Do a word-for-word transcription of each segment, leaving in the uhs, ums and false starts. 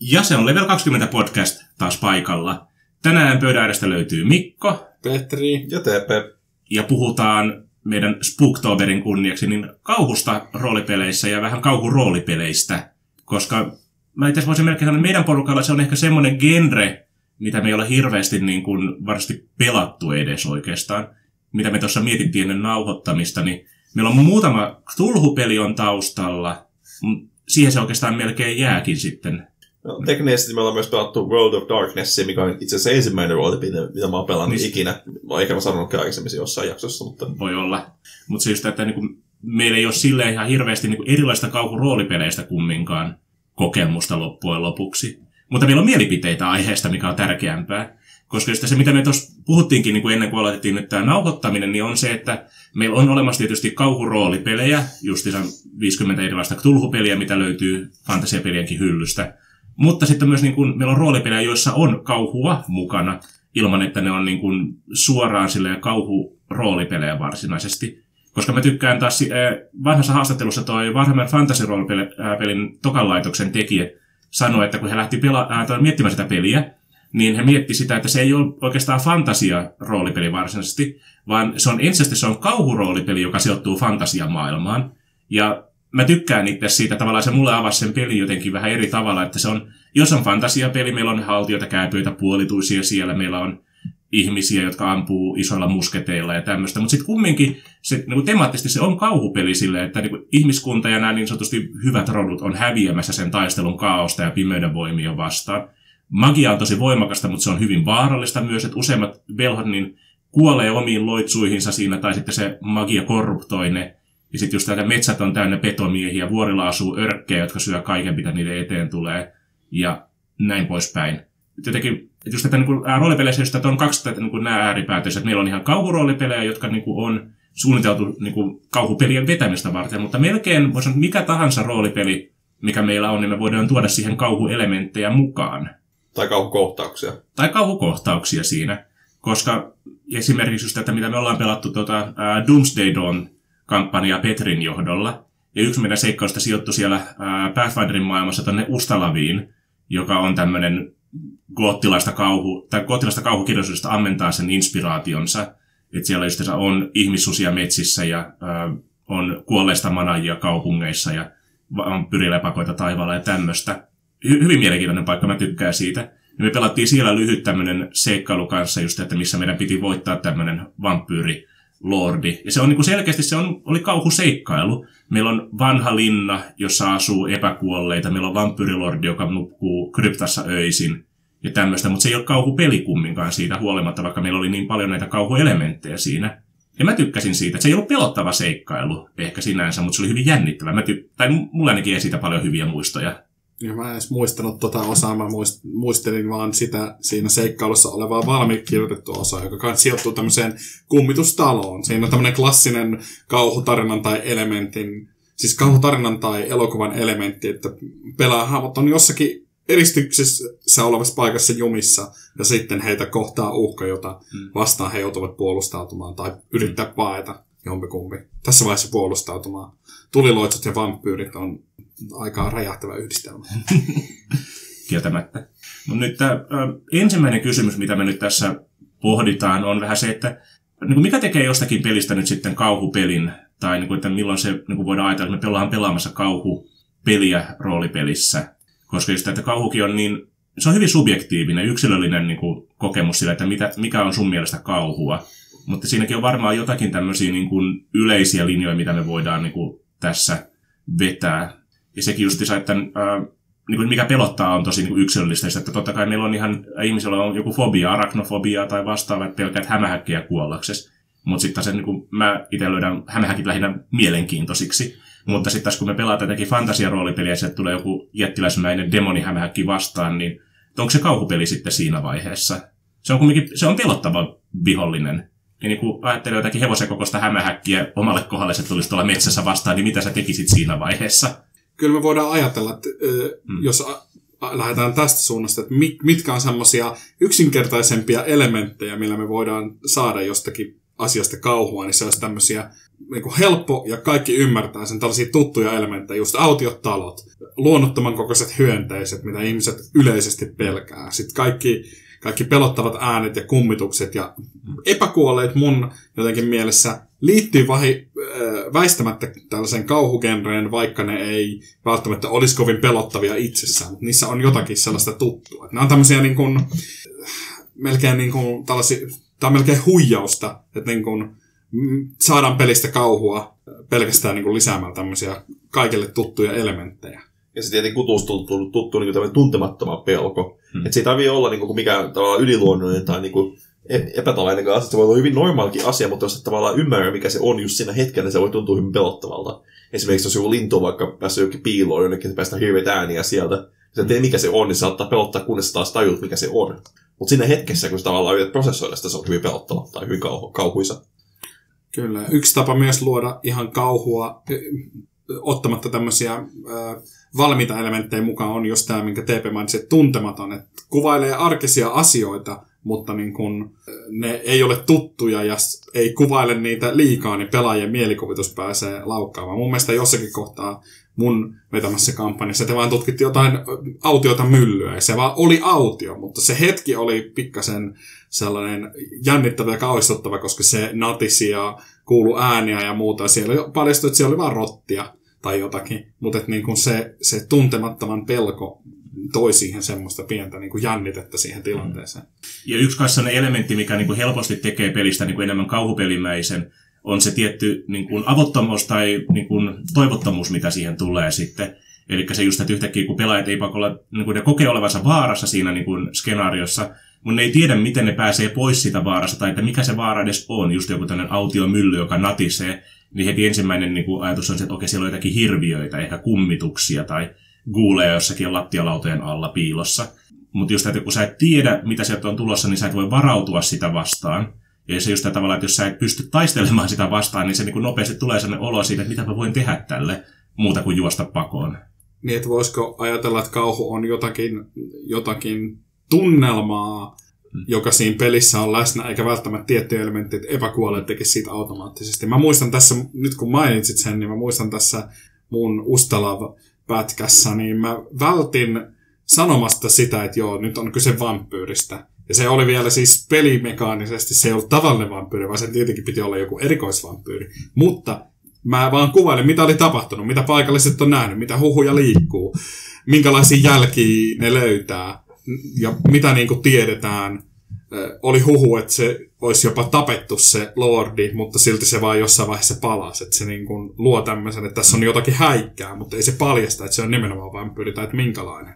Ja se on Level kaksikymmentä podcast taas paikalla. Tänään pöydän äärestä löytyy Mikko, Petri ja Tepe. Ja puhutaan meidän Spooktoberin kunniaksi niin kauhusta roolipeleissä ja vähän kauhuroolipeleistä. Koska mä itse voisin melkein sanoa, että meidän porukalla se on ehkä semmoinen genre, mitä me ei ole hirveästi niin kuin varmasti pelattu edes oikeastaan. Mitä me tuossa mietittiin ennen nauhoittamista, niin meillä on muutama Cthulhu-peli on taustalla. Siihen se oikeastaan melkein jääkin sitten. No, teknisesti me ollaan myös pelattu World of Darknessia, mikä on itse asiassa ensimmäinen roolipeli, mitä mä oon pelannut niin, ikinä. Mä oon ehkä sanonutkin aikaisemmin jossain jaksossa, mutta... Voi olla. Mutta se just, että niinku, meillä ei ole silleen ihan hirveästi niinku erilaista kauhuroolipeleistä kumminkaan kokemusta loppujen lopuksi. Mutta meillä on mielipiteitä aiheesta, mikä on tärkeämpää. Koska just se, mitä me tuossa puhuttiinkin niin kuin ennen kuin aloitettiin nyt tämä nauhoittaminen, niin on se, että meillä on olemassa tietysti kauhuroolipelejä, justiinsa viisikymmentä erilaista Cthulhu-peliä, mitä löytyy fantasiapelienkin hyllystä. Mutta sitten myös niin kuin, meillä on roolipelejä, joissa on kauhua mukana, ilman että ne on niin kuin, suoraan silleen kauhuroolipelejä varsinaisesti. Koska mä tykkään taas äh, vanhassa haastattelussa toi Warhammer Fantasy-roolipelin tokan laitoksen tekijät sanoi, että kun he lähti pela- äh, miettimään sitä peliä, niin he mietti sitä, että se ei ole oikeastaan fantasia-roolipeli varsinaisesti, vaan se on ensisijaisesti se on kauhuroolipeli, joka sijoittuu fantasiamaailmaan. Ja mä tykkään itse siitä, tavallaan se mulle avasi sen pelin jotenkin vähän eri tavalla, että se on, jos on fantasiapeli, meillä on haltijoita, kääpyitä, puolituisia siellä, meillä on ihmisiä, jotka ampuu isoilla musketeilla ja tämmöistä, mutta sitten kumminkin se, niin kuin temaattisesti se on kauhupeli silleen, että niin kuin ihmiskunta ja nämä niin sanotusti hyvät rodut on häviämässä sen taistelun kaaosta ja pimeyden voimia vastaan. Magia on tosi voimakasta, mutta se on hyvin vaarallista myös, että useimmat velhot niin kuolee omiin loitsuihinsa siinä, tai sitten se magia korruptoi ne. Ja sitten just täällä metsät on täynnä petomiehiä, vuorilla asuu örkkejä, jotka syö kaiken, mitä niiden eteen tulee, ja näin poispäin. Jotenkin, että just että niin roolipeleissä just, että on kaksi niin kuin nämä ääripäätöiset, että meillä on ihan kauhuroolipelejä, jotka niin kuin on suunniteltu niin kuin kauhupelien vetämistä varten, mutta melkein voisi sanoa, mikä tahansa roolipeli, mikä meillä on, niin me voidaan tuoda siihen kauhuelementtejä mukaan. Tai kauhukohtauksia. Tai kauhukohtauksia siinä, koska esimerkiksi just, että mitä me ollaan pelattu tuota, ää, Doomsday Dawn-kampanjaa Petrin johdolla, ja yksi meidän seikkausta sijoittui siellä ää, Pathfinderin maailmassa tuonne Ustalaviin, joka on tämmöinen goottilaista kauhu, tai goottilaista kauhukirjallisuudesta ammentaa sen inspiraationsa, että siellä just on ihmissusia metsissä ja ää, on kuolleista manajia kaupungeissa ja on pyrilepakoita taivaalla ja tämmöistä. Hy- hyvin mielenkiintoinen paikka, mä tykkään siitä. Ja me pelattiin siellä lyhyt tämmöinen seikkailu kanssa just, että missä meidän piti voittaa tämmöinen vampyyrilordi. Ja se on niin kuin selkeästi, se on, oli kauhuseikkailu. Meillä on vanha linna, jossa asuu epäkuolleita. Meillä on vampyyrilordi, joka nukkuu kryptassa öisin ja tämmöistä. Mutta se ei ole kauhupeli kumminkaan siitä huolimatta, vaikka meillä oli niin paljon näitä kauhuelementtejä siinä. Ja mä tykkäsin siitä, että se ei ollut pelottava seikkailu ehkä sinänsä, mutta se oli hyvin jännittävä. Mä ty- tai mulla ainakin jäi siitä paljon hyviä muistoja. Ja mä en edes muistanut tota osaa, mä muistelin vaan sitä siinä seikkailussa olevaa valmiin kirjoitettua osaa, joka kai sijoittuu tämmöiseen kummitustaloon. Siinä on tämmöinen klassinen kauhutarinan tai elementin, siis kauhutarinan tai elokuvan elementti, että pelaajahahmot on jossakin eristyksessä olevassa paikassa jumissa, ja sitten heitä kohtaa uhka, jota vastaan he joutuvat puolustautumaan tai yrittää paeta jompikumpi. Tässä vaiheessa puolustautumaan. Tuliloitsut ja vampyyrit on aika räjähtävä yhdistelmä. Kieltämättä. Mutta nyt tämä ensimmäinen kysymys, mitä me nyt tässä pohditaan, on vähän se, että niin kuin mikä tekee jostakin pelistä nyt sitten kauhupelin, tai niin kuin, että milloin se niin kuin voidaan ajatella, että me ollaan pelaamassa kauhupeliä roolipelissä. Koska just, että kauhukin on niin, se on hyvin subjektiivinen, yksilöllinen niin kuin kokemus sillä, että mitä, mikä on sun mielestä kauhua. Mutta siinäkin on varmaan jotakin tämmöisiä niin kuin yleisiä linjoja, mitä me voidaan niin kuin tässä vetää. Ja sekin just se, että ää, niin kuin mikä pelottaa on tosi niin kuin yksilöllistä, että totta kai meillä on ihan, ihmisillä on joku fobia, arachnofobia tai vastaava, että pelkäät hämähäkkiä kuollaksesi. Mutta sitten se, niin kuin mä itse löydän hämähäkit lähinnä mielenkiintoisiksi. Mutta sitten taas kun me pelataan jotakin fantasiaroolipeliä ja sieltä tulee joku jättiläismäinen demonihämähäkki vastaan, niin onko se kauhupeli sitten siinä vaiheessa? Se on kumminkin, se on pelottava vihollinen. Ja niin kun ajattelee jotakin hevosen kokoista hämähäkkiä omalle kohdalle, se tulisi tuolla metsässä vastaan, niin mitä sä tekisit siinä vaiheessa? Kyllä me voidaan ajatella, että hmm. jos lähdetään tästä suunnasta, että mitkä on semmoisia yksinkertaisempia elementtejä, millä me voidaan saada jostakin asiasta kauhua, niin se olisi tämmöisiä niin kuin helppo ja kaikki ymmärtää sen tällaisia tuttuja elementtejä, just autiot talot, luonnottoman kokoiset hyönteiset, mitä ihmiset yleisesti pelkää. Sitten kaikki, kaikki pelottavat äänet ja kummitukset ja epäkuolleet mun jotenkin mielessä liittyy vahi, äh, väistämättä tällaiseen kauhugenreen, vaikka ne ei välttämättä olisi kovin pelottavia itsessään, mutta niissä on jotakin sellaista tuttua. Nämä on tämmöisiä niin kuin, melkein niin kuin tällaisia, tämä on melkein huijausta, että niin kuin saadaan pelistä kauhua pelkästään niin kuin lisäämällä tämmöisiä kaikille tuttuja elementtejä. Ja se tietenkin kutustuu tuttu, tuttu niin kuin tuntemattoman pelko. Hmm. Että se ei tarvitse olla niin kuin mikään tavallaan yliluonnollinen tai niin kuin epätavallinen asia. Se voi olla hyvin normaalikin asia, mutta jos et tavallaan ymmärrä, mikä se on just siinä hetkellä, niin se voi tuntua hyvin pelottavalta. Esimerkiksi jos joku lintu on vaikka päässyt jokin piiloon jonnekin, se päästään hirveät ääniä sieltä. Jos et tiedä, mikä se on, niin se saattaa pelottaa, kunnes taas tajut, mikä se on. Mutta siinä hetkessä, kun sä tavallaan yrität prosessoida sitä, se on hyvin pelottava tai hyvin kauhu- kauhuisa. Kyllä. Yksi tapa myös luoda ihan kauhua, ottamatta tämmöisiä äh, valmiita elementtejä mukaan, on just tämä, minkä T P mainitsi, tuntematon. Että kuvailee arkisia asioita, mutta niin kun ne ei ole tuttuja ja ei kuvaile niitä liikaa, niin pelaajien mielikuvitus pääsee laukkaamaan. Mun mielestä jossakin kohtaa mun vetämässä kampanjassa te vaan tutkitte jotain autiota myllyä, ja se vaan oli autio, mutta se hetki oli pikkasen sellainen jännittävä ja kauhistuttava, koska se natisi ja kuului ääniä ja muuta, ja siellä paljastui, että siellä oli vaan rottia tai jotakin, mutta niin kuin se, se tuntemattoman pelko toi siihen semmoista pientä niin kuin jännitettä siihen tilanteeseen. Ja yksi kanssa sellainen elementti, mikä niin kuin helposti tekee pelistä niin kuin enemmän kauhupelimäisen, on se tietty niin kuin avottomuus tai niin kuin toivottomuus, mitä siihen tulee sitten. Eli se just, että yhtäkkiä kun pelaajat ei pakolla, niin kuin ne kokee olevansa vaarassa siinä niin kuin skenaariossa, mutta ne ei tiedä, miten ne pääsee pois siitä vaarasta, tai että mikä se vaara edes on, just joku tämmöinen autiomylly, joka natisee, niin heti ensimmäinen niin kuin ajatus on se, että okei, siellä on jotakin hirviöitä, ehkä kummituksia, tai guuleja jossakin lattialautojen alla piilossa. Mutta just, että kun sä et tiedä, mitä sieltä on tulossa, niin sä et voi varautua sitä vastaan. Ja se just tavallaan, että jos sä et pysty taistelemaan sitä vastaan, niin se niin kuin nopeasti tulee sellainen olo siitä, että mitä mä voin tehdä tälle, muuta kuin juosta pakoon. Niin, että voisiko ajatella, että kauhu on jotakin, jotakin tunnelmaa, hmm. joka siinä pelissä on läsnä, eikä välttämättä tiettyjä elementtejä, että epäkuolleet tekisi siitä automaattisesti. Mä muistan tässä, nyt kun mainitsit sen, niin mä muistan tässä mun Ustalav-pätkässä, niin mä vältin sanomasta sitä, että joo, nyt on kyse vampyyristä. Ja se oli vielä siis pelimekaanisesti, se ei ollut tavallinen vampyyri, vaan sen tietenkin piti olla joku erikoisvampyyri. Mutta mä vaan kuvailin, mitä oli tapahtunut, mitä paikalliset on nähnyt, mitä huhuja liikkuu, minkälaisia jälkiä ne löytää ja mitä niin kuin tiedetään. Oli huhu, että se olisi jopa tapettu se lordi, mutta silti se vaan jossain vaiheessa palasi. Että se niin kuin luo tämmöisen, että tässä on jotakin häikkää, mutta ei se paljasta, että se on nimenomaan vampyyri tai että minkälainen.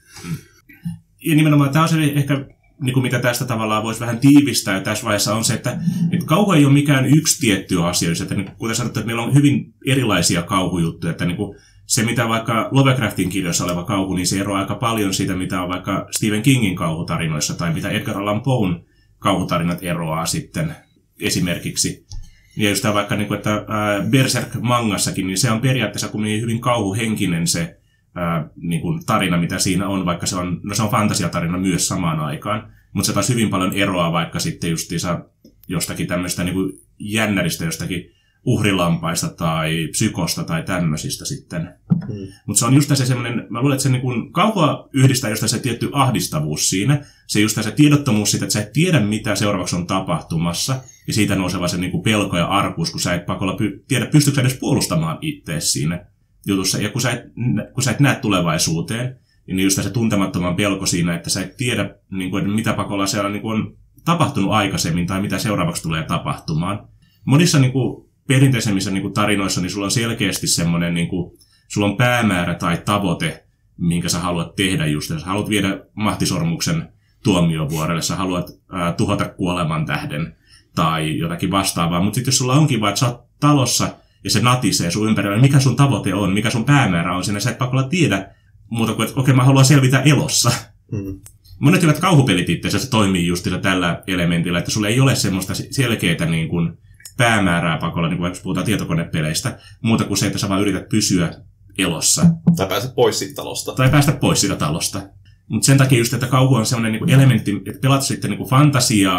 Ja nimenomaan tämä on se ehkä, niin kuin mitä tästä tavallaan voisi vähän tiivistää tässä vaiheessa, on se, että, että kauhu ei ole mikään yksi tietty asia. Että niin, kuten sanottu, että meillä on hyvin erilaisia kauhujuttuja. Että niin kuin se, mitä vaikka Lovecraftin kirjoissa oleva kauhu, niin se eroaa aika paljon siitä, mitä on vaikka Stephen Kingin kauhutarinoissa tai mitä Edgar Allan Poen kauhutarinat eroaa sitten esimerkiksi. Ja just tämä vaikka, niin kuin, että Berserk-mangassakin, niin se on periaatteessa kuitenkin hyvin kauhuhenkinen se ää, niin kuin tarina, mitä siinä on, vaikka se on, no se on fantasiatarina myös samaan aikaan, mutta se taas hyvin paljon eroaa vaikka sitten justiinsa jostakin tämmöistä niin kuin jännäristä, jostakin uhrilampaista tai psykosta tai tämmöisistä sitten. Hmm. Mutta se on just se semmoinen, mä luulen, että se niin kuin kauhua yhdistää just se tietty ahdistavuus siinä, se just se tiedottomuus siitä, että sä et tiedä, mitä seuraavaksi on tapahtumassa, ja siitä nouseva se niin kuin pelko ja arkuus, kun sä et pakolla py- tiedä, pystytkö sä edes puolustamaan itseäsi siinä jutussa, ja kun sä et, kun sä et näe tulevaisuuteen, niin just se tuntemattoman pelko siinä, että sä et tiedä, niin kuin, mitä pakolla siellä niin kuin on tapahtunut aikaisemmin, tai mitä seuraavaksi tulee tapahtumaan. Monissa niin kuin perinteisemmissä niin kuin tarinoissa, niin sulla on selkeästi semmoinen, niin kuin, sulla on päämäärä tai tavoite, minkä sä haluat tehdä just. Sä haluat viedä mahtisormuksen tuomiovuorelle, sä haluat ää, tuhota kuoleman tähden tai jotakin vastaavaa. Mutta sitten jos sulla onkin vaan, että sä oot talossa ja se natisee sun ympärillä, niin mikä sun tavoite on, mikä sun päämäärä on siinä, sä et pakolla tiedä muuta kuin, että okei, okay, mä haluan selvitä elossa. Hmm. Monet hyvät kauhupelit itse asiassa toimii just tällä elementillä, että sulla ei ole semmoista selkeää niin kuin päämäärää pakolla, niin kuin vaikka puhutaan tietokonepeleistä, muuta kuin se, että sä vaan yrität pysyä elossa. Tai päästä pois siitä talosta. Tai päästä pois siitä talosta. Mutta sen takia just, että kauhu on sellainen niin kuin elementti, että pelat sitten niin kuin fantasiaa,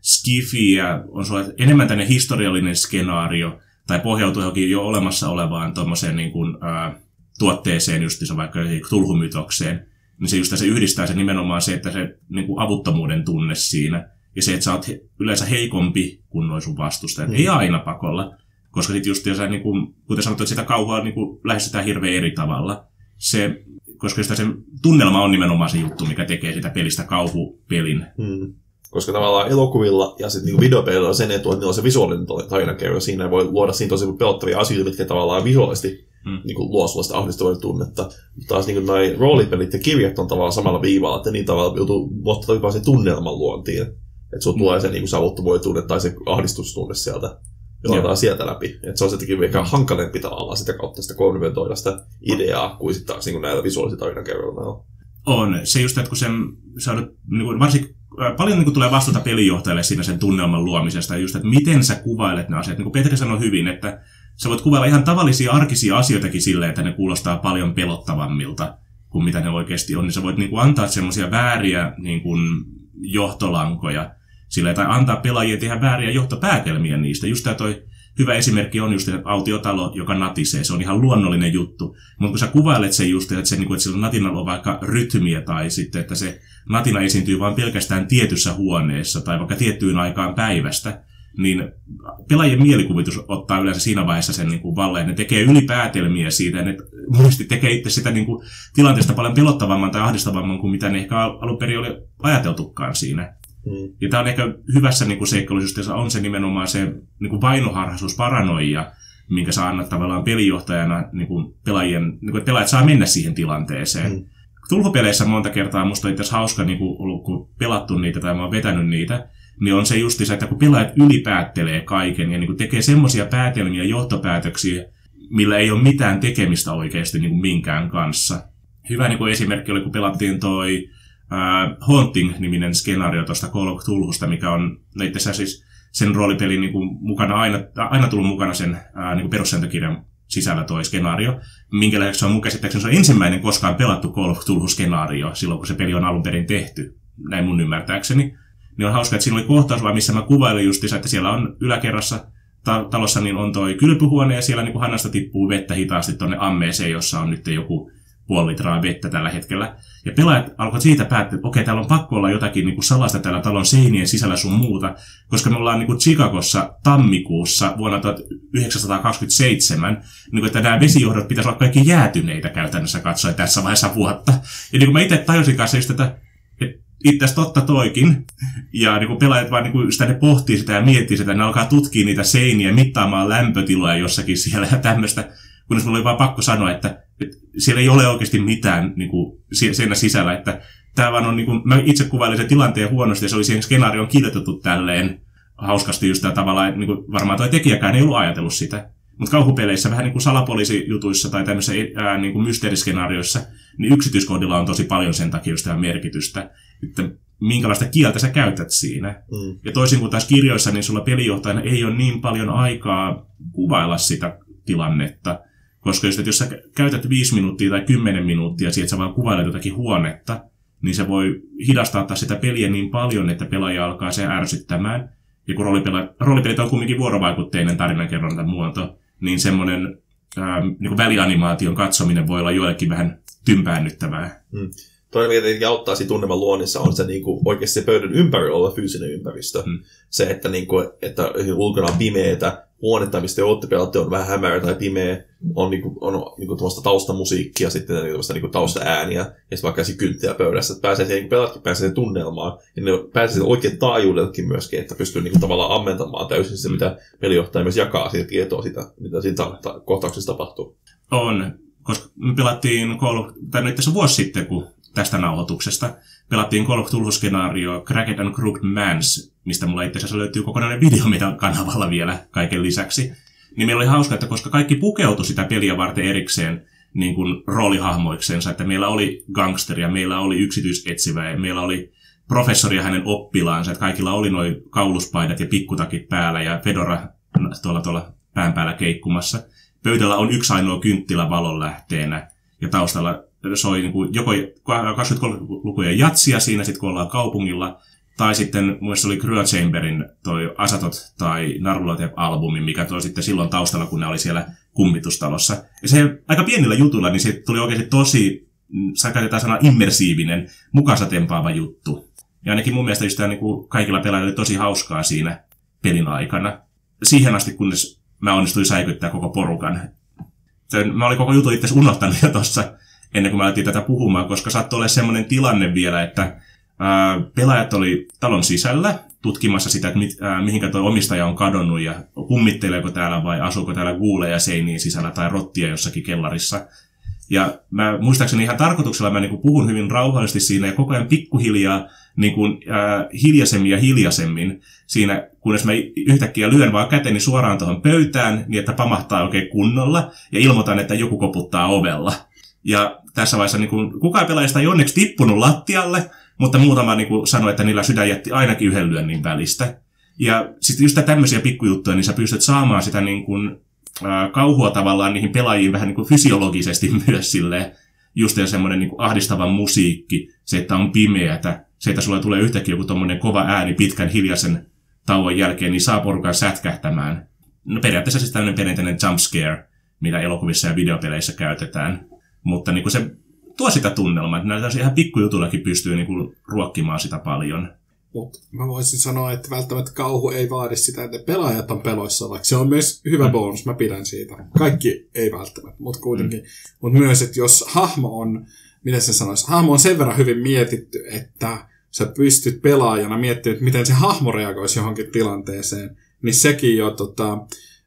skifi ja on sulla enemmän tämmöinen historiallinen skenaario tai pohjautuu johonkin jo olemassa olevaan tommoseen niin kuin, ää, tuotteeseen, justiinsa vaikka tulhumytokseen, niin se just se yhdistää se nimenomaan se, että se niin kuin avuttomuuden tunne siinä ja se, että sä oot he, yleensä heikompi kuin noin sun vastustajat. Mm. Ei aina pakolla, koska sit just, sä, niin kuin, kuten sanottu, että sitä kauhua niin kuin lähestytään hirveän eri tavalla. Se, koska sitä se tunnelma on nimenomaan se juttu, mikä tekee sitä pelistä kauhupelin. Mm. Koska tavallaan elokuvilla ja sitten niinku videopelillä on sen etu, että niillä on se visuaalinen tarinankerro. Siinä voi luoda siinä tosi pelottavia asioita, mitkä tavallaan visuaalisesti mm. niinku luo sulla sitä ahdistavaa tunnetta. Mutta taas niinku noi roolipelit ja kirjat on tavallaan samalla viivalla, että niin tavallaan joutuu luottaa jopa sen tunnelman luontiin. Että sulla mm. tulee se niinku savuttomuuden tunne tai se ahdistustunne sieltä, jolla taas sieltä läpi. Että se on sittenkin ehkä hankalempi tavallaan sitä kautta sitä konvertoida sitä ideaa, kuin sitten taas niinku näillä visuaalisilla tarinankerroilla. On. Se just, että kun sen saadut, niin varsinkin paljon niin tulee vastuuta pelijohtajalle siinä sen tunnelman luomisesta, just, että miten sä kuvailet ne asiat. Niin kuin Petri sanoi hyvin, että sä voit kuvailla ihan tavallisia arkisia asioitakin silleen, että ne kuulostaa paljon pelottavammilta kuin mitä ne oikeasti on. Niin sä voit niin kuin antaa semmoisia vääriä niin kuin johtolankoja silleen, tai antaa pelaajien tehdä vääriä johtopäätelmiä niistä. Just tämä toi hyvä esimerkki on just, että autiotalo, joka natisee, se on ihan luonnollinen juttu. Mutta kun sä kuvailet sen just, että, se, että sillä natinalla on vaikka rytmiä tai sitten, että se natina esiintyy vain pelkästään tietyssä huoneessa tai vaikka tiettyyn aikaan päivästä, niin pelaajien mielikuvitus ottaa yleensä siinä vaiheessa sen niin kuin valleen. Ne tekee ylipäätelmiä siitä ja ne muisti tekee itse sitä niin kuin tilanteesta paljon pelottavamman tai ahdistavamman kuin mitä ne ehkä alun perin oli ajateltukaan siinä. Mm. Ja tämä on ehkä hyvässä niin kuin seikkailusysteessä on se nimenomaan se niin kuin vainoharhaisuus, paranoia, minkä saa annat tavallaan pelijohtajana niin kuin pelaajien, niin kuin, että pelaajat saa mennä siihen tilanteeseen. Mm. Tulhupeleissä monta kertaa musta on itse hauska niin kuin ollut, kun pelattu niitä tai mä oon vetänyt niitä, niin on se justi se, että kun pelaajat ylipäättelee kaiken ja niin kuin tekee semmoisia päätelmiä, johtopäätöksiä, millä ei ole mitään tekemistä oikeasti niin kuin minkään kanssa. Hyvä niin kuin esimerkki oli, kun pelattiin toi Uh, Haunting-niminen skenaario tuosta Call of Cthulhusta, mikä on itse siis sen roolipelin niin kuin mukana aina, aina tullut mukana sen uh, niin kuin perussääntökirjan sisällä toi skenaario, minkä lisäksi se on mun käsittääkseni se on ensimmäinen koskaan pelattu Call of Cthulhu-skenaario silloin, kun se peli on alun perin tehty, näin mun ymmärtääkseni. Niin on hauska, että siinä oli kohtaus, vaan missä mä kuvailin justiinsa, että siellä on yläkerrassa ta- talossa niin on toi kylpyhuone ja siellä niin kuin hannasta tippuu vettä hitaasti tonne ammeeseen, jossa on nyt joku puoli litraa vettä tällä hetkellä. Ja pelaajat alkoivat siitä päättää, että okei, täällä on pakko olla jotakin niin kuin salasta täällä talon seinien sisällä sun muuta, koska me ollaan niin kuin Chicagossa tammikuussa vuonna tuhatyhdeksänsataakaksikymmentäseitsemän, niin kuin, että nämä vesijohdot pitäisi olla kaikki jäätyneitä käytännössä katsoen tässä vaiheessa vuotta. Ja niin kuin mä itse tajusin kanssa just, että, että itse asiassa totta toikin, ja niin kuin pelaajat vaan niin kuin sitä ne pohtii sitä ja miettii sitä, ne alkaa tutkia niitä seiniä, mittaamaan lämpötiloja jossakin siellä ja tämmöistä, kunnes mulla oli vaan pakko sanoa, että että siellä ei ole oikeasti mitään niin kuin, siinä sisällä, että tämä vaan on, niin kuin, mä itse kuvailin sen tilanteen huonosti, ja se oli siihen skenaarioon kirjoitettu tälleen hauskasti just tämä tavalla, että niin kuin, varmaan toi tekijäkään ei ollut ajatellut sitä. Mutta kauhupeleissä, vähän niin kuin salapoliisijutuissa tai tämmöisissä ää, niin kuin mysteeriskenaarioissa, niin yksityiskohdilla on tosi paljon sen takia just tämä merkitystä, että minkälaista kieltä sä käytät siinä. Mm. Ja toisin kuin taas kirjoissa, niin sulla pelijohtajana ei ole niin paljon aikaa kuvailla sitä tilannetta. Koska just, että jos sä käytät viisi minuuttia tai kymmenen minuuttia siihen, että sä vaan kuvailet jotakin huonetta, niin se voi hidastaa taas sitä peliä niin paljon, että pelaaja alkaa se ärsyttämään. Ja kun roolipelit on kuitenkin vuorovaikutteinen tarinankerronta muoto, niin semmoinen ää, niin kuin välianimaation katsominen voi olla joillekin vähän tympäännyttävää. Hmm. Toinen, mikä tietenkin auttaa siinä tunnelman luonnissa, on se niin kuin, oikeasti se pöydän ympärillä oleva fyysinen ympäristö. Hmm. Se, että, niin kuin, että ulkona on pimeätä, huonetta, mistä olette pelatte, on vähän hämärä tai pimeä, on, niinku, on niinku, taustamusiikkia, sitten niinku, taustaääniä, ja sitten vaikka se kynttilä pöydässä, että pääsee siihen, pelatkin pääsee siihen tunnelmaan, ja ne pääsee siihen oikein taajuudellekin myöskin, että pystyy niinku, tavallaan ammentamaan täysin se, mitä pelijohtaja myös jakaa siitä tietoa, sitä, mitä siinä ta- ta- kohtauksessa tapahtuu. On, koska me pelattiin, koulu, tai nyt tässä vuosi sitten, kun tästä nauhoituksesta, pelattiin Call of Cthulhu-skenaario Cracked and Crooked Mans, mistä mulla itse asiassa löytyy kokonainen video meidän kanavalla vielä kaiken lisäksi. Niin meillä oli hauska, että koska kaikki pukeutui sitä peliä varten erikseen niin kuin roolihahmoiksensa, että meillä oli gangsteria, meillä oli yksityisetsivä ja meillä oli professori ja hänen oppilaansa, että kaikilla oli noin kauluspaidat ja pikkutakit päällä ja fedora tuolla, tuolla pään päällä keikkumassa. Pöydällä on yksi ainoa kynttilä valonlähteenä ja taustalla soi niin kuin joko kaksikymmentäkolme lukujen jatsia siinä, sit kun ollaan kaupungilla, Tai sitten mun mielestä oli Cryo Chamberin toi Asatot tai Narulotep-albumi, mikä toi sitten silloin taustalla, kun ne oli siellä kummitustalossa. Ja se aika pienillä jutuilla, niin se tuli oikeasti tosi, saa käytetään sanaa immersiivinen, mukansa tempaava juttu. Ja ainakin mun mielestä just tämä niin kuin kaikilla pelaajilla oli tosi hauskaa siinä pelin aikana. Siihen asti, kunnes mä onnistuin säikyttää koko porukan. Mä olin koko jutun itse unohtanut jo tuossa ennen kuin mä alettiin tätä puhumaan, koska saattoi olla semmoinen tilanne vielä, että ää, pelaajat oli talon sisällä tutkimassa sitä, että mit, ää, mihinkä tuo omistaja on kadonnut ja kummitteleeko täällä vai asuuko täällä guuleja seinien sisällä tai rottia jossakin kellarissa. Ja mä muistaakseni ihan tarkoituksella mä niin kuin puhun hyvin rauhallisesti siinä ja koko ajan pikkuhiljaa niin kuin, äh, hiljaisemmin ja hiljaisemmin siinä, kunnes mä yhtäkkiä lyön vaan käteni suoraan tuohon pöytään niin, että pamahtaa oikein kunnolla ja ilmoitan, että joku koputtaa ovella. Ja tässä vaiheessa niin kuin, kukaan pelaajista ei onneksi tippunut lattialle, mutta muutama niin kuin, sanoi, että niillä sydän jätti ainakin yhden lyönnin välistä. Ja sitten just tämmöisiä pikkujuttuja, niin sä pystyt saamaan sitä niin kuin, kauhua tavallaan niihin pelaajiin vähän niin kuin fysiologisesti myös silleen, just semmoinen niin kuin ahdistava musiikki, se, että on pimeätä, se, että sulle tulee yhtäkkiä joku tommoinen kova ääni pitkän hiljaisen tauon jälkeen, niin saa porukan sätkähtämään. No periaatteessa siis tämmöinen perinteinen jump scare, mitä elokuvissa ja videopeleissä käytetään, mutta niin kuin se tuo sitä tunnelmaa, että näitä ihan pikkujutullakin pystyy niin kuin ruokkimaan sitä paljon. Mutta mä voisin sanoa, että välttämättä kauhu ei vaadi sitä, että pelaajat on peloissa, vaikka se on myös hyvä mm. bonus, mä pidän siitä. Kaikki ei välttämättä, mutta kuitenkin. Mm. Mutta myös, että jos hahmo on, miten se sanoisi, hahmo on sen verran hyvin mietitty, että sä pystyt pelaajana miettimään, että miten se hahmo reagoisi johonkin tilanteeseen, niin sekin jo tota,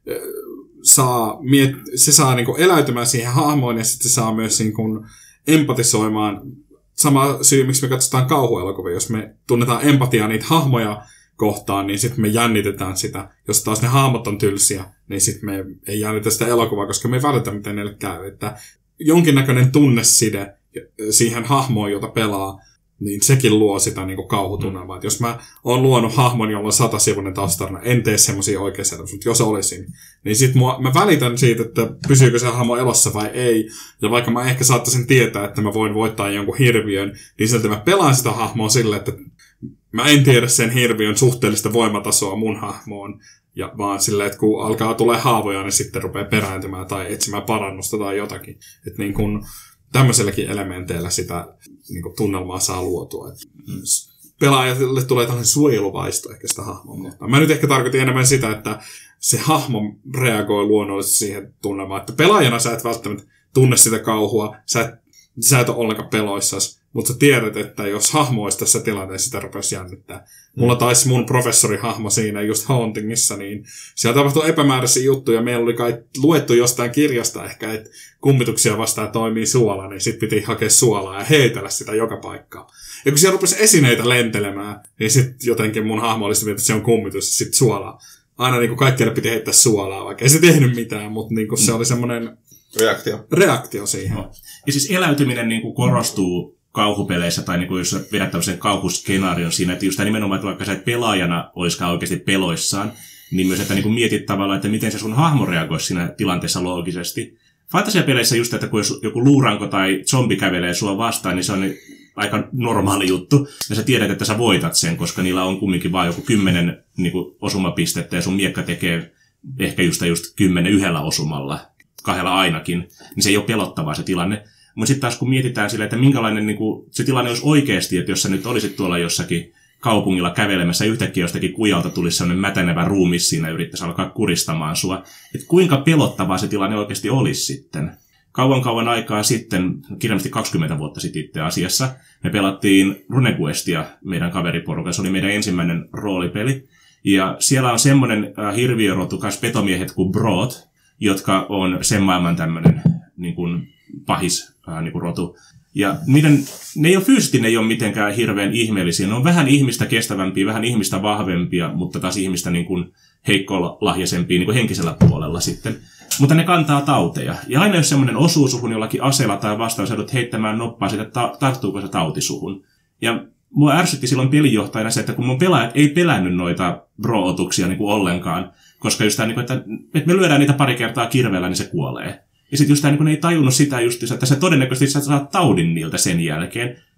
saa, miet- se saa niinku eläytymään siihen hahmoon ja sitten se saa myös niinku empatisoimaan. Sama syy, miksi me katsotaan kauhuelokuvia. Jos me tunnetaan empatiaa niitä hahmoja kohtaan, niin sitten me jännitetään sitä. Jos taas ne hahmot on tylsiä, niin sitten me ei jännitä sitä elokuvaa, koska me ei välitä, miten niille käy. Että jonkinnäköinen tunneside siihen hahmoon, jota pelaa, niin sekin luo sitä niin kuin kauhutunnelmaa. Mm. Jos mä oon luonut hahmon, jolla on satasivuinen taustarina, en tee semmoisia oikeassa elämässä, mutta jos olisin, niin sit mua, mä välitän siitä, että pysyykö se hahmo elossa vai ei. Ja vaikka mä ehkä saattaisin tietää, että mä voin voittaa jonkun hirviön, niin silti mä pelaan sitä hahmoa silleen, että mä en tiedä sen hirviön suhteellista voimatasoa mun hahmoon. Ja vaan silleen, että kun alkaa tulee haavoja, niin sitten rupeaa perääntymään tai etsimään parannusta tai jotakin. Että niin kun tämmöiselläkin elementeillä sitä niin kuin tunnelmaa saa luotua. Et pelaajalle tulee tällainen suojeluvaisto ehkä sitä hahmoa. Mä nyt ehkä tarkoitin enemmän sitä, että se hahmo reagoi luonnollisesti siihen tunnelmaan. Että pelaajana sä et välttämättä tunne sitä kauhua, sä et, sä et ole ollenkaan peloissasi, mutta sä tiedät, että jos hahmo olisi tässä tilanteessa, sitä rupesi jännittää. Mulla taisi mun professorihahmo siinä just Hauntingissa, niin siellä tapahtui epämääräisiä juttuja. Meillä oli kai luettu jostain kirjasta ehkä, että kummituksia vastaan toimii suola, niin sit piti hakea suolaa ja heitellä sitä joka paikkaan. Ja kun siellä rupesi esineitä lentelemään, niin sit jotenkin mun hahmo oli sitä, että se on kummitus ja sit suolaa. Aina niin kuin kaikkialle piti heittää suolaa, vaikka ei se tehnyt mitään, mutta niin kuin se oli semmoinen reaktio, reaktio siihen. No. Ja siis eläytyminen niin kuin korostuu kauhupeleissä, tai niin kuin jos vedät tämmöisen kauhuskenaarion siinä, että just tämä nimenomaan, että vaikka sä et pelaajana olisikaan oikeasti peloissaan, niin myös, että niin kuin mietit tavallaan, että miten se sun hahmo reagoisi siinä tilanteessa loogisesti. Fantasiapeleissä just, että kun joku luuranko tai zombi kävelee sua vastaan, niin se on aika normaali juttu, ja sä tiedät, että sä voitat sen, koska niillä on kumminkin vaan joku kymmenen niin kuin osumapistettä, ja sun miekka tekee ehkä just, just kymmenen yhdellä osumalla, kahdella ainakin, niin se ei ole pelottavaa se tilanne. Mutta sitten taas kun mietitään sille, että minkälainen niin kuin, se tilanne olisi oikeasti, että jos sä nyt olisit tuolla jossakin kaupungilla kävelemässä, yhtäkkiä jostakin kujalta tulisi sellainen mätänevä ruumis siinä ja yrittäisi alkaa kuristamaan sua, että kuinka pelottavaa se tilanne oikeasti olisi sitten. Kauan kauan aikaa sitten, kirjallisesti kaksikymmentä vuotta sitten itse asiassa, me pelattiin RuneQuestia meidän kaveriporukassa, se oli meidän ensimmäinen roolipeli, ja siellä on semmoinen äh, hirviörotu, kanssa petomiehet kuin Brot, jotka on sen maailman tämmöinen niin kuin pahis äh, niin kuin rotu. Ja niiden, ne ei ole fyysisesti, ne ei ole mitenkään hirveän ihmeellisiä. Ne on vähän ihmistä kestävämpiä, vähän ihmistä vahvempia, mutta taas ihmistä niin kuin heikkolahjaisempia niin kuin henkisellä puolella sitten. Mutta ne kantaa tauteja. Ja aina jos semmoinen osuu suhun jollakin aseella tai vastaan, sä joudut heittämään noppaa siitä, että ta- tarttuuko se tauti suhun. Ja mua ärsytti silloin pelinjohtajana se, että kun mun pelaajat ei pelännyt noita bro-otuksia niin kuin ollenkaan, koska just tämä, niin kuin, että, että me lyödään niitä pari kertaa kirveellä, niin se kuolee. Ja sitten just tämä, niin ei tajunnut sitä justiinsa, että se todennäköisesti sä saat taudin niiltä sen jälkeen.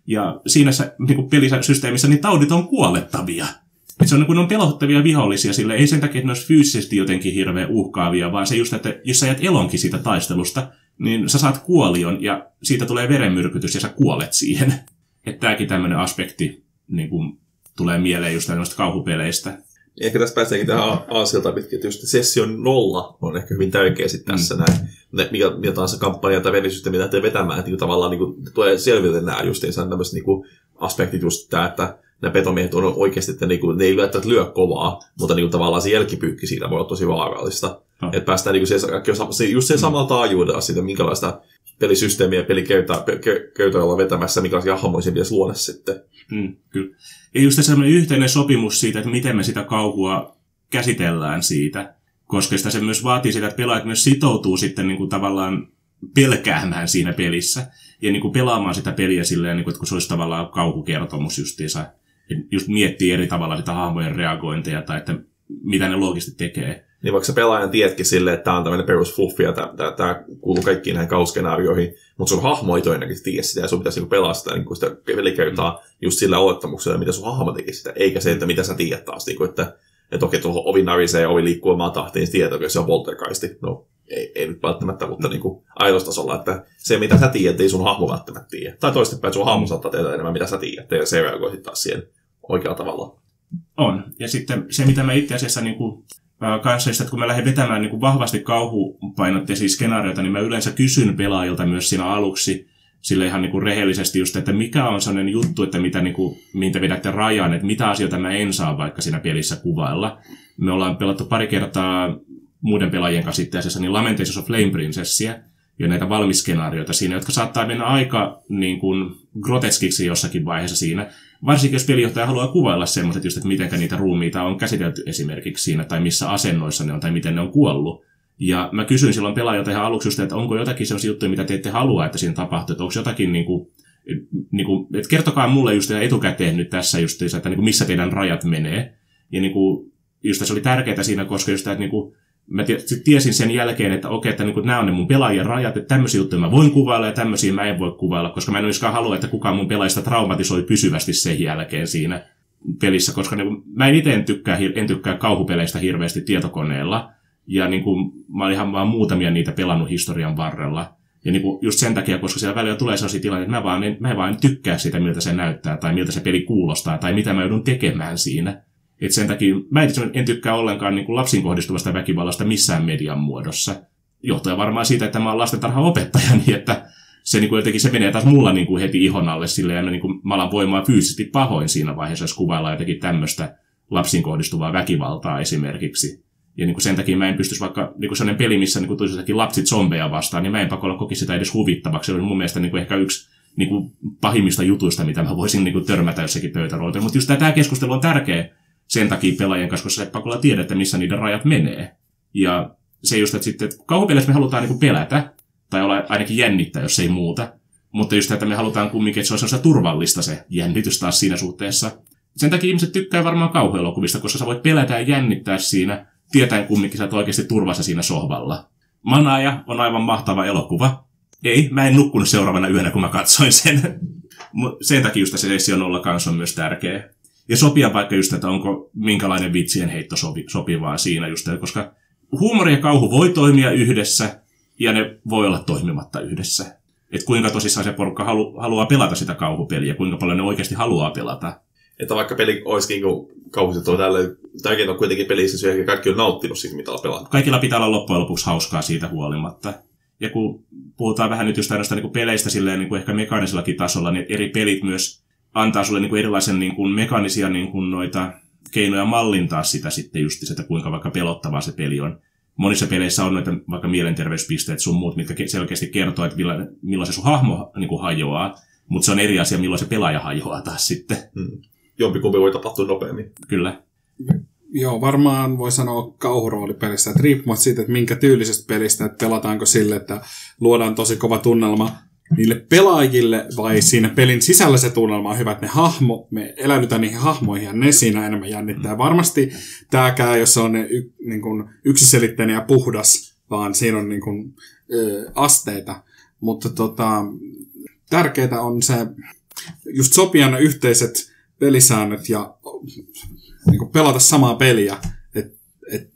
Ja siinä niin pelisysteemissä niin taudit on kuolettavia. Et se on, kun on pelottavia vihollisia sille, ei sen takia, että ne olisi fyysisesti jotenkin hirveän uhkaavia, vaan se just, että jos sä jäät elonkin siitä taistelusta, niin sä saat kuolion ja siitä tulee verenmyrkytys ja sä kuolet siihen. Että tämäkin tämmöinen aspekti niin kun tulee mieleen just tämmöistä kauhupeleistä. Ehkä tässä päästäänkin tähän aasilta pitkin, että just session nolla on ehkä hyvin tärkeä sitten tässä mm. näin. Mikä, mikä tahansa kampanja tai pelisysteemi lähtee vetämään, että niin tavallaan niin kuin, tulee selville nämä justiinsa tämmöiset niin kuin aspektit just tämä, että nämä petomiehet on oikeasti, että niin kuin, ne ei välttämättä lyö kovaa, mutta niin kuin, tavallaan se jälkipyykki siitä voi olla tosi vaarallista. Oh. Että päästään niin kuin, se, just sen samalla taajuudella siitä, minkälaista pelisysteemiä ja pelikäytöä olla vetämässä, minkälaisia hahmoisia pitäisi luoda sitten. Mm, kyllä. Ja just sellainen yhteinen sopimus siitä, että miten me sitä kauhua käsitellään siitä, koska sitä se myös vaatii sitä, että pelaajat myös sitoutuu sitten niin kuin tavallaan pelkäämään siinä pelissä ja niin kuin pelaamaan sitä peliä silleen, niin kuin, että kun se olisi tavallaan kauhukertomus justiinsa, just miettii eri tavalla sitä hahmojen reagointeja tai että mitä ne loogisesti tekee. Niin vaikka sä pelaajan tiedätkin silleen, että tämä on tämmöinen perusfluffi ja tämä kuuluu kaikkiin näihin kauskenaarioihin, mutta sun hahmo ei todennäköisesti tiedä sitä ja sun pitäisi niinku pelaa sitä, niin sitä pelikertaa mm. just sillä olettamuksella, mitä sun hahmo teki sitä, eikä se, että mitä sä tiedät taas, niin kuin, että, että okei, tuolla ovi narisee ja ovi liikkuu omaan tahtiin, niin tiedät, että se on poltergeisti. No, ei, ei nyt välttämättä, mutta niin kuin ajatustasolla, että se, mitä sä tiedät, ei sun hahmo välttämättä tiedä. Tai toistepäin, että sun hahmo saattaa tehdä enemmän, mitä sä tiedät, ja se reagoi sitten taas siihen oikealla tavalla. On. Ja sitten se, mitä mä itse asiassa niin kuin kanssa, että kun mä lähden vetämään niin kuin vahvasti kauhupainotteisia skenaarioita, niin mä yleensä kysyn pelaajilta myös siinä aluksi sille ihan niin kuin rehellisesti just, että mikä on sellainen juttu, että mitä, niin kuin, mihin te vedätte rajan, että mitä asioita mä en saa vaikka siinä pelissä kuvailla. Me ollaan pelattu pari kertaa muiden pelaajien kanssa itse asiassa niin Lamentations of Flame Princessia ja näitä valmisskenaarioita siinä, jotka saattaa mennä aika niin kuin groteskiksi jossakin vaiheessa siinä. Varsinkin jos pelijohtaja haluaa kuvailla semmoiset just, että miten niitä ruumiita on käsitelty esimerkiksi siinä, tai missä asennoissa ne on, tai miten ne on kuollut. Ja mä kysyin silloin pelaajilta ihan aluksi just, että onko jotakin sellaisia juttuja, mitä te ette halua, että siinä tapahtuu, että onko jotakin, niin kuin, niin kuin, että kertokaa mulle just etukäteen nyt tässä just, että niin kuin missä teidän rajat menee. Ja niin kuin, just se oli tärkeää siinä, koska just, että niin kuin, mä tiesin sen jälkeen, että okei, että niin kuin, nämä on ne mun pelaajien rajat, että tämmöisiä juttuja mä voin kuvailla ja tämmöisiä mä en voi kuvailla, koska mä en olisikaan halua, että kukaan mun pelaajista traumatisoi pysyvästi sen jälkeen siinä pelissä, koska niin kuin, mä en itse en tykkää, en tykkää kauhupeleistä hirveästi tietokoneella, ja niin kuin, mä olin ihan vaan muutamia niitä pelannut historian varrella. Ja niin kuin, just sen takia, koska siellä välillä tulee sellaisia tilanteita, että mä, vaan en, mä en vaan tykkää sitä, miltä se näyttää, tai miltä se peli kuulostaa, tai mitä mä joudun tekemään siinä. Et sen takia mä en tykkää ollenkaan niin kuin lapsiin kohdistuvasta väkivallasta missään median muodossa. Johtuen varmaan siitä, että mä oon lastentarhaopettaja, niin että se, niin kuin jotenkin, se menee taas mulla niin kuin heti ihon alle silleen, ja mä, niin kuin, mä alan voimaan fyysisesti pahoin siinä vaiheessa, jos kuvaillaan jotenkin tämmöistä lapsiin kohdistuvaa väkivaltaa esimerkiksi. Ja niin kuin sen takia mä en pystyisi vaikka niin sellainen peli, missä niin kuin tulisi jotakin lapsit zombeja vastaan, niin mä en pakolla kokisi sitä edes huvittavaksi. Se oli mun mielestä niin kuin ehkä yksi niin kuin pahimmista jutuista, mitä mä voisin niin kuin törmätä jossakin pöytäroolta. Mutta just tämä keskustelu on tärkeä sen takia pelaajien kanssa, koska sä et pakolla tiedä, että missä niiden rajat menee. Ja se just, että sitten kauhupeleissä me halutaan niin kuin pelätä, tai olla ainakin jännittää, jos ei muuta. Mutta just, että me halutaan kumminkin, että se on sellaista turvallista se jännitys taas siinä suhteessa. Sen takia ihmiset tykkää varmaan kauhuelokuvista, koska sä voit pelätä ja jännittää siinä, tietäen kumminkin sä oot oikeasti turvassa siinä sohvalla. Manaaja on aivan mahtava elokuva. Ei, mä en nukkunut seuraavana yönä, kun mä katsoin sen. Sen takia just se sessio nolla kanssa on myös tärkeä. Ja sopia vaikka just, että onko minkälainen vitsien heitto sopi, sopivaa siinä just, koska huumori ja kauhu voi toimia yhdessä, ja ne voi olla toimimatta yhdessä. Että kuinka tosissaan se porukka halu, haluaa pelata sitä kauhupeliä, kuinka paljon ne oikeasti haluaa pelata. Että vaikka peli olisikin kauhuiset on tälleen, tärkeintä on kuitenkin pelissä, ja kaikki on nauttinut siitä, mitä on pelannut. Kaikilla pitää olla loppujen lopuksi hauskaa siitä huolimatta. Ja kun puhutaan vähän nyt just ainoastaan niin peleistä silleen niin kuin ehkä mekaanisellakin tasolla, niin eri pelit myös antaa sulle niin kuin erilaisen niin kuin mekaanisia niin kuin noita keinoja mallintaa sitä sitten just, että kuinka vaikka pelottavaa se peli on. Monissa peleissä on noita vaikka mielenterveyspisteet sun muut, mitkä selkeästi kertoo, että milloin, milloin se sun hahmo niin kuin hajoaa, mutta se on eri asia, milloin se pelaaja hajoaa taas sitten. Hmm. Jompikumpi voi tapahtua nopeammin. Kyllä. Joo, varmaan voi sanoa kauhuroolipelissä, että riippumatta siitä, että minkä tyylisestä pelistä, että pelataanko sille, että luodaan tosi kova tunnelma niille pelaajille, vai siinä pelin sisällä se tunnelma on hyvä, että ne hahmo, me eläydytään niihin hahmoihin ja ne siinä enemmän jännittää. Varmasti tämäkään, jos se on y, niin kuin yksiselitteinen ja puhdas, vaan siinä on niin kuin, ö, asteita. Mutta tota, tärkeää on se, just sopia ne yhteiset pelisäännöt ja niin kuin pelata samaa peliä. Että et,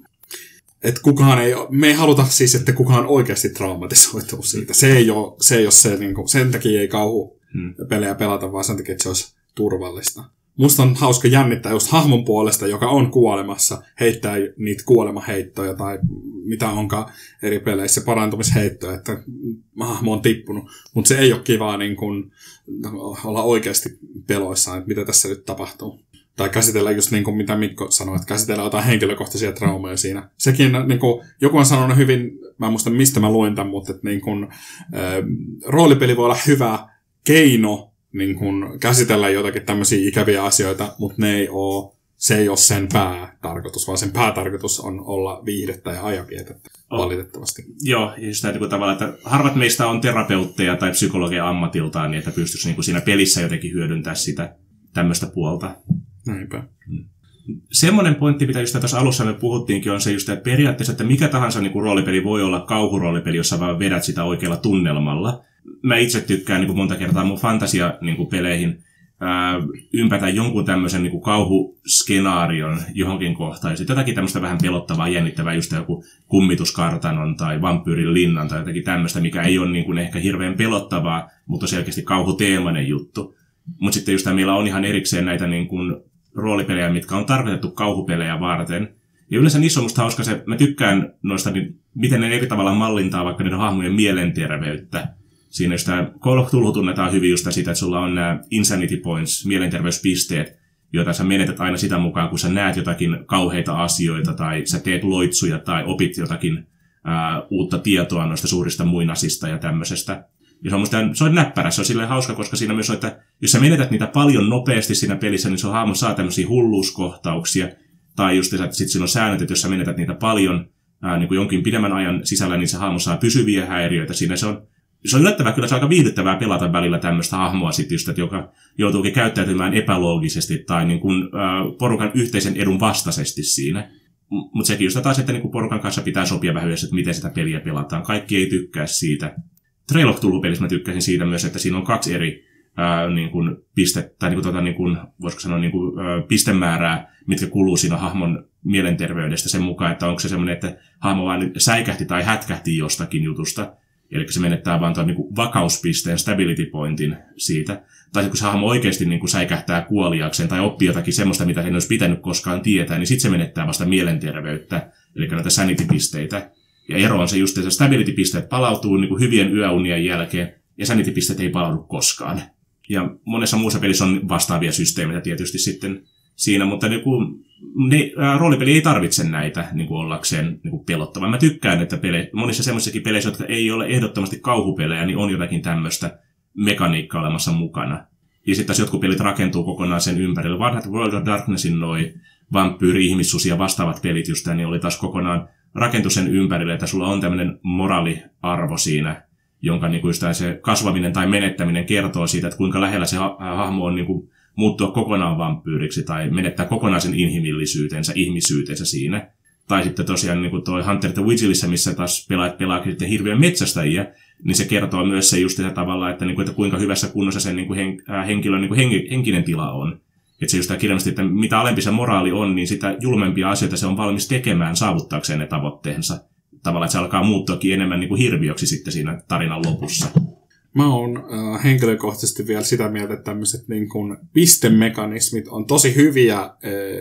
et kukaan ei, me ei haluta siis, että kukaan oikeasti traumatisoituu siitä. Se ei ole se, ei ole se niin kuin, sen takia ei kauhu hmm. pelejä pelata, vaan sen takia, että se olisi turvallista. Musta on hauska jännittää just hahmon puolesta, joka on kuolemassa, heittää niitä kuolemaheittoja tai mitä onkaan eri peleissä, parantumisheittoja, että hahmo on tippunut. Mutta se ei ole kivaa niin kun olla oikeasti peloissaan, että mitä tässä nyt tapahtuu. Tai käsitellä just niin kuin mitä Mikko sanoi, että käsitellä jotain henkilökohtaisia traumaja siinä. Sekin niin kuin, joku on sanonut hyvin, mä en muista mistä mä luin tämän, mutta että niin kuin, äh, roolipeli voi olla hyvä keino niin kun käsitellä jotakin tämmöisiä ikäviä asioita, mutta ne ei ole, se ei ole sen päätarkoitus, vaan sen päätarkoitus on olla viihdettä ja ajanvietettä, oh. valitettavasti. Joo, ja sitä niin tavalla, että harvat meistä on terapeutteja tai psykologia ammatiltaan, niin että pystyisi niin siinä pelissä jotenkin hyödyntämään sitä tämmöistä puolta. Näinpä. Hmm. Semmoinen pointti, mitä just tässä alussa me puhuttiinkin, on se just, että periaatteessa, että mikä tahansa niin kuin roolipeli voi olla kauhuroolipeli, jossa vaan vedät sitä oikealla tunnelmalla. Mä itse tykkään niin kuin monta kertaa mun fantasia-peleihin ää, ympätä jonkun tämmöisen niin kuin kauhuskenaarion johonkin kohtaan. Ja sitten jotakin tämmöistä vähän pelottavaa, jännittävää, just joku kummituskartanon tai vampyyrin linnan tai jotakin tämmöistä, mikä ei ole niin kuin ehkä hirveän pelottavaa, mutta selkeästi kauhuteemainen juttu. Mutta sitten just meillä on ihan erikseen näitä niin kuin roolipelejä, mitkä on tarkoitettu kauhupelejä varten. Ja yleensä niissä on musta hauska se, mä tykkään noista, niin miten ne eri tavalla mallintaa vaikka niiden hahmojen mielenterveyttä. Siinä just tämä Call of Cthulhu tunnetaan hyvin just sitä, että sulla on nämä insanity points, mielenterveyspisteet, joita sä menetät aina sitä mukaan, kun sä näet jotakin kauheita asioita, tai sä teet loitsuja, tai opit jotakin ää, uutta tietoa noista suurista muinasista ja tämmöisestä. Ja se on, musta, se on näppärä, se on silleen hauska, koska siinä myös on, että jos sä menetät niitä paljon nopeasti siinä pelissä, niin sun hahmo saa tämmöisiä hulluuskohtauksia, tai just että sit siinä on säännöt, että jos sä menetät niitä paljon ää, niin kuin jonkin pidemmän ajan sisällä, niin se hahmo saa pysyviä häiriöitä. Siinä se on Se on yllättävää, kyllä se on aika viihdyttävää pelata välillä tämmöistä hahmoa sit just, että joka joutuukin käyttäytymään epäloogisesti tai niin kuin, äh, porukan yhteisen edun vastaisesti siinä. M- Mutta sekin just taas, että niin kuin porukan kanssa pitää sopia vähän yhdessä, että miten sitä peliä pelataan. Kaikki ei tykkää siitä. Trail of Cthulhu-pelissä mä tykkäsin siitä myös, että siinä on kaksi eri äh, niin kuin piste, tai niin kuin, tota, niin kuin, voisiko sanoa niin kuin, äh, pistemäärää, mitkä kuluu siinä hahmon mielenterveydestä sen mukaan, että onko se semmoinen, että hahmo vaan säikähti tai hätkähti jostakin jutusta. Eli se menettää vaan tuon niin kuin vakauspisteen, stability pointin siitä. Tai kun se hahmo oikeasti niin kuin säikähtää kuoliakseen tai oppii jotakin semmoista, mitä hän olisi pitänyt koskaan tietää, niin sitten se menettää vasta mielenterveyttä, eli näitä sanity-pisteitä. Ja ero on se just, että stability-pisteet palautuu niin kuin hyvien yöunien jälkeen, ja sanity-pisteet ei palaudu koskaan. Ja monessa muussa pelissä on vastaavia systeemeitä tietysti sitten siinä, mutta niin kuin, ne, ää, roolipeli ei tarvitse näitä niin kuin ollakseen niin kuin pelottavaa. Mä tykkään, että pele, monissa semmoisissakin peleissä, jotka ei ole ehdottomasti kauhupelejä, niin on jotakin tämmöistä mekaniikkaa olemassa mukana. Ja sitten taas jotkut pelit rakentuu kokonaan sen ympärille. Vanhat World of Darknessin noi vampyyri, ihmissusi ja vastaavat pelit just niin oli taas kokonaan rakentu sen ympärille, että sulla on tämmöinen moraaliarvo siinä, jonka niin kuin just se kasvaminen tai menettäminen kertoo siitä, että kuinka lähellä se ha- hahmo on niin kuin muuttua kokonaan vampyyriksi tai menettää kokonaan sen inhimillisyytensä, ihmisyytensä siinä. Tai sitten tosiaan niin kuin toi Hunter the Vigilissä, missä taas pelaajat pelaakin sitten hirveän metsästäjiä, niin se kertoo myös se just sitä tavalla, että, niin kuin, että kuinka hyvässä kunnossa sen niin kuin hen, äh, henkilön niin kuin henki, henkinen tila on. Että se just tämä kirjallisesti, että mitä alempi se moraali on, niin sitä julmempia asioita se on valmis tekemään saavuttaakseen ne tavoitteensa. Tavallaan, että se alkaa muuttuakin enemmän niin kuin hirviöksi sitten siinä tarinan lopussa. Mä oon äh, henkilökohtaisesti vielä sitä mieltä, että tämmöiset niin kuin pistemekanismit on tosi hyviä äh,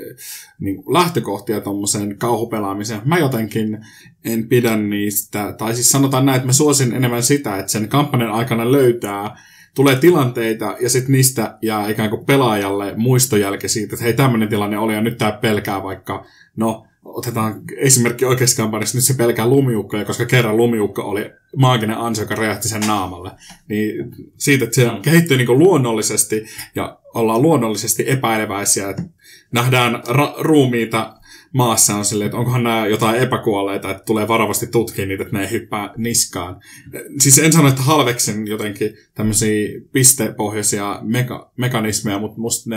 niin kuin lähtökohtia tommoseen kauhupelaamiseen. Mä jotenkin en pidä niistä, tai siis sanotaan näin, että mä suosin enemmän sitä, että sen kampanjan aikana löytää, tulee tilanteita ja sitten niistä jää ikään kuin pelaajalle muistojälke siitä, että hei, tämmöinen tilanne oli ja nyt tää pelkää vaikka, no otetaan esimerkki oikeassa kampanjassa, nyt se pelkää lumiukkoja, koska kerran lumiukko oli maaginen ansi, joka räjähti sen naamalle. Niin siitä, että se kehittyy niin kuin luonnollisesti ja ollaan luonnollisesti epäileväisiä, että nähdään ra- ruumiita maassa on silleen, että onkohan nämä jotain epäkuolleita, että tulee varovasti tutkia niitä, että ne ei hyppää niskaan. Siis en sano, että halveksen jotenkin tämmöisiä pistepohjaisia meka- mekanismeja, mutta musta ne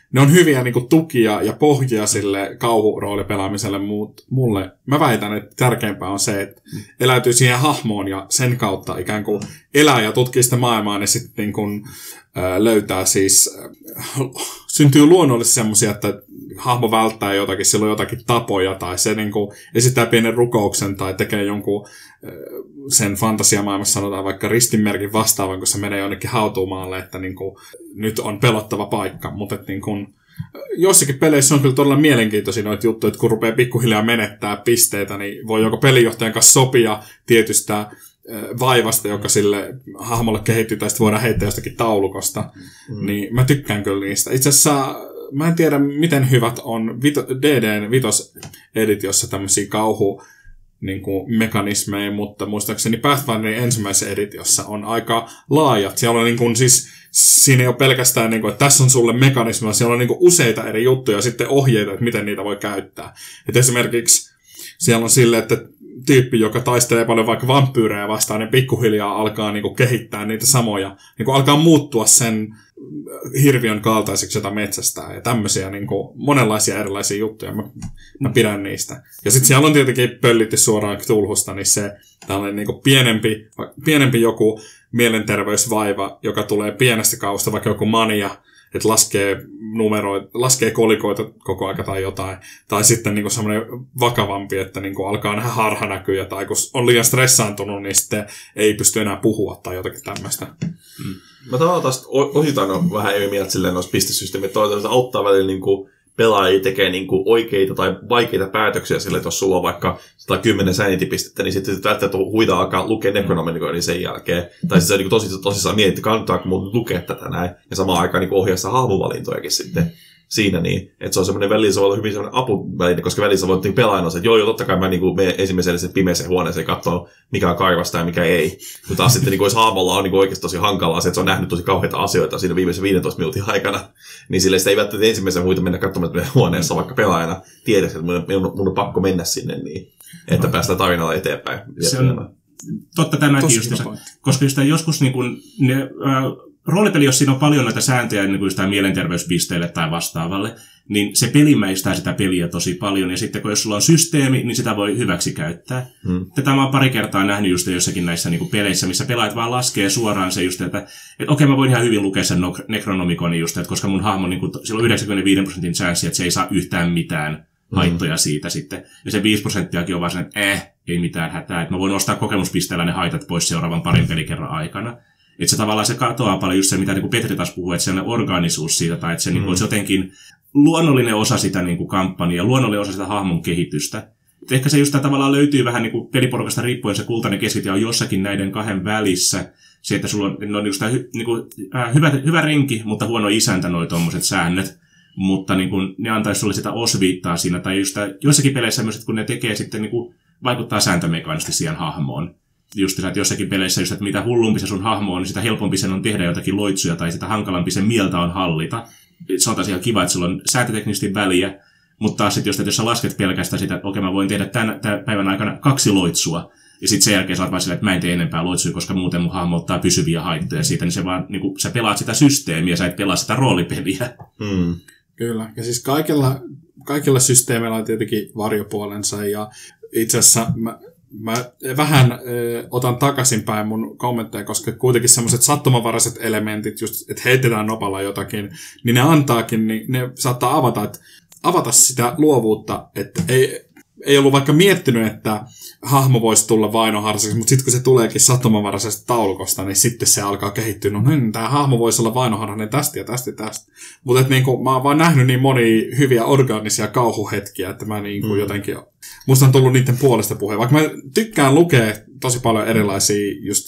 ne on hyviä niin kuin tukia ja pohjia sille kauhuroolipelaamiselle, mutta mulle, mä väitän, että tärkeämpää on se, että eläytyy siihen hahmoon ja sen kautta ikään kuin elää ja tutkii sitä maailmaa, niin sitten niin kuin, äh, löytää siis, äh, syntyy luonnollisesti semmoisia, että hahmo välttää jotakin, sillä on jotakin tapoja, tai se niin kuin esittää pienen rukouksen, tai tekee jonkun äh, sen fantasiamaailmassa sanotaan vaikka ristinmerkin vastaavan, kun se menee jonnekin hautuumaalle, että niin kuin, nyt on pelottava paikka, mutta että niin kuin, jossakin peleissä on kyllä todella mielenkiintoisia noita juttuja, että kun rupeaa pikkuhiljaa menettää pisteitä, niin voi joko pelijohtajan kanssa sopia tietystä vaivasta, joka sille hahmolle kehittyy, tai sitten voidaan heittää jostakin taulukosta, mm. niin mä tykkään kyllä niistä. Itse asiassa mä en tiedä, miten hyvät on D D:n vitos-editiossa tämmöisiä kauhu niin kuin mekanismeja, mutta muistaakseni Pathfinderin ensimmäisessä editiossa on aika laajat. Siellä on niin kuin, siis, siinä ei ole pelkästään, niin kuin, että tässä on sulle mekanismeja, siellä on niin kuin useita eri juttuja ja sitten ohjeita, että miten niitä voi käyttää. Et esimerkiksi siellä on silleen, että tyyppi, joka taistelee paljon vaikka vampyyrejä vastaan, niin pikkuhiljaa alkaa niin kuin kehittää niitä samoja, niin kuin alkaa muuttua sen hirviön kaltaiseksi, jota metsästää, ja tämmöisiä niin kuin monenlaisia erilaisia juttuja. Mä, mä pidän niistä. Ja sitten siellä on tietenkin pöllitty suoraan Cthulhusta, niin se tällainen niin kuin pienempi, pienempi joku mielenterveysvaiva, joka tulee pienestä kausta, vaikka joku mania, että laskee numeroita, laskee kolikoita koko aika tai jotain. Tai sitten niin kuin semmoinen vakavampi, että niin kuin alkaa nähdä harhanäkyjä, tai kun on liian stressaantunut, niin sitten ei pysty enää puhua tai jotakin tämmöistä. Mm. Mä tavallaan taas osittain on vähän eri mieltä silleen noissa pistesysteemit. Toisaalta auttaa välillä niin kuin pelaajia tekee niin kuin oikeita tai vaikeita päätöksiä sille, että jos sulla on vaikka sata kymmenen sanity-pistettä, niin sitten välttämättä huita alkaa lukea Necronomicon sen jälkeen. Tai sitten se niin tosi, tosissaan mietti, kannattaako mun lukea tätä näin. Ja samaan aikaan niin ohjaa sitä hahmovalintojakin sitten siinä niin. Että se on semmoinen välillä, se voi olla hyvin semmoinen apuväline, koska välillä sä voit niin pelaajana että joo, joo, totta kai mä niin menen ensimmäiselle pimeeseen huoneeseen katsoa, mikä on karvasta ja mikä ei. Mutta taas sitten niin jos hahmolla on niin oikeasti tosi hankalaa se, että se on nähnyt tosi kauheita asioita siinä viimeisen viidentoista minuutin aikana, niin sille sitä ei välttämättä ensimmäisen huita mennä katsomaan, että huoneessa vaikka pelaajana tietäisi, että mun, mun on pakko mennä sinne niin, että päästään tarinalla eteenpäin. Se on totta tämäkin just, koska just joskus niin kun ne, äh, roolipeli, jos siinä on paljon näitä sääntöjä niin kuin sitä mielenterveyspisteille tai vastaavalle, niin se pelimäistää sitä peliä tosi paljon. Ja sitten kun jos sulla on systeemi, niin sitä voi hyväksi käyttää. Hmm. Tätä mä oon pari kertaa nähnyt just jossakin näissä niin kuin peleissä, missä pelaajat vaan laskee suoraan se just, että, että okei, mä voin ihan hyvin lukea sen Necronomiconin just, että koska mun hahmo, niin kuin, sillä on yhdeksänkymmentäviisi prosentin chanssi, että se ei saa yhtään mitään haittoja hmm. siitä sitten. Ja se viisi prosenttiakin on vaan sen, että eh, ei mitään hätää. Että mä voin ostaa kokemuspisteellä ne haitat pois seuraavan parin pelikerran aikana. Että se tavallaan se katoaa paljon just se, mitä niin Petri taas puhuu, että se on organisuus siitä, tai että se mm. niin olisi jotenkin luonnollinen osa sitä niin kuin kampanjaa, luonnollinen osa sitä hahmon kehitystä. Et ehkä se just tavallaan löytyy vähän niin kuin peliporukasta riippuen, se kultainen keskitie on jossakin näiden kahden välissä. Se, että sulla on, on just hy, niin kuin, äh, hyvä, hyvä renki, mutta huono isäntä noi tommoset säännöt. Mutta niin kuin, ne antaisi sulle sitä osviittaa siinä, tai just jossakin peleissä myös, että kun ne tekee sitten, niin kuin, vaikuttaa sääntömekaanisesti siihen hahmoon. Just että jossakin peleissä, just, että mitä hullumpi se sun hahmo on, niin sitä helpompi sen on tehdä jotakin loitsuja, tai sitä hankalampi sen mieltä on hallita. Se on taas ihan kiva, että sulla on sääntöteknisesti väliä, mutta taas sitten, jos sä lasket pelkästään sitä, että okei, mä voin tehdä tämän, tämän päivän aikana kaksi loitsua, ja sitten sen jälkeen sä oot vaan silleen, että mä en tee enempää loitsuja, koska muuten mun hahmo ottaa pysyviä haittoja siitä, niin se vaan, niin kun, sä pelaat sitä systeemiä, sä et pelaa sitä roolipeliä. Hmm. Kyllä, ja siis kaikilla, kaikilla systeemeillä on tietenkin varjopuolensa, ja itse asiassa mä, Mä vähän ö, otan takaisinpäin mun kommentteja, koska kuitenkin semmoiset sattumanvaraiset elementit, just että heitetään nopalla jotakin, niin ne antaakin, niin ne saattaa avata, että, avata sitä luovuutta, että ei, ei ollut vaikka miettinyt, että hahmo voisi tulla vainoharhaseksi, mutta sitten kun se tuleekin sattumanvaraisesta taulukosta, niin sitten se alkaa kehittyä, no niin, tämä hahmo voisi olla vainoharhainen tästä ja tästä ja tästä. Mutta niin mä oon vaan nähnyt niin monia hyviä orgaanisia kauhuhetkiä, että mä niin mm. jotenkin, musta on tullut niiden puolesta puheen. Vaikka mä tykkään lukea tosi paljon erilaisia just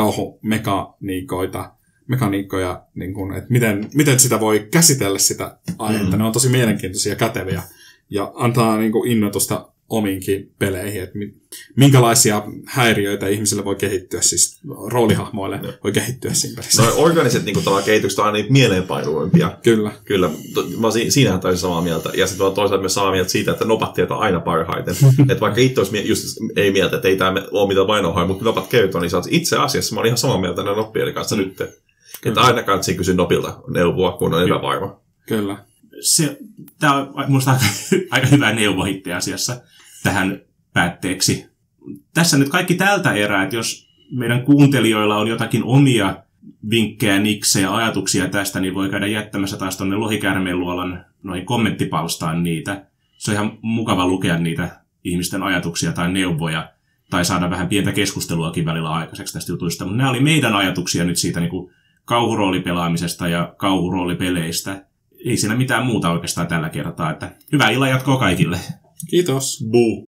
kauhumekaniikoita, mekaniikkoja, niin kun, että miten, miten sitä voi käsitellä sitä aihetta. Mm. Ne on tosi mielenkiintoisia ja käteviä ja antaa niin kuin innoitusta omiinkin peleihin, että minkälaisia häiriöitä ihmisille voi kehittyä, siis roolihahmoille no. voi kehittyä siinä pelissä. No organiset niin kuin, kehitykset on aina niitä mieleenpainuvimpia. Kyllä. Kyllä. Mä oon siinähän täysin samaa mieltä. Ja sitten on toisaalta myös samaa mieltä siitä, että nopat tietää aina parhaiten. Että vaikka itse olisi just ei mieltä, että ei tämä ole mitään vainohaa, mutta nopat kertoo, niin itse asiassa mä oon ihan samaa mieltä näiden noppien kanssa nyt. Että aina kannattaa kysyä nopilta neuvoa, kun on epävarma. Kyllä. se, tämä on minusta aika, aika hyvä neuvo itse asiassa tähän päätteeksi. Tässä nyt kaikki tältä erää, että jos meidän kuuntelijoilla on jotakin omia vinkkejä, niksejä, ajatuksia tästä, niin voi käydä jättämässä taas tuonne Lohikäärmeen luolan noihin kommenttipalstaan niitä. Se on ihan mukava lukea niitä ihmisten ajatuksia tai neuvoja, tai saada vähän pientä keskusteluakin välillä aikaiseksi tästä jutuista. Mutta nämä oli meidän ajatuksia nyt siitä niin kuin kauhuroolipelaamisesta ja kauhuroolipeleistä. Ei siinä mitään muuta oikeastaan tällä kertaa. Että hyvää illan jatkoa kaikille. Kiitos. Buu.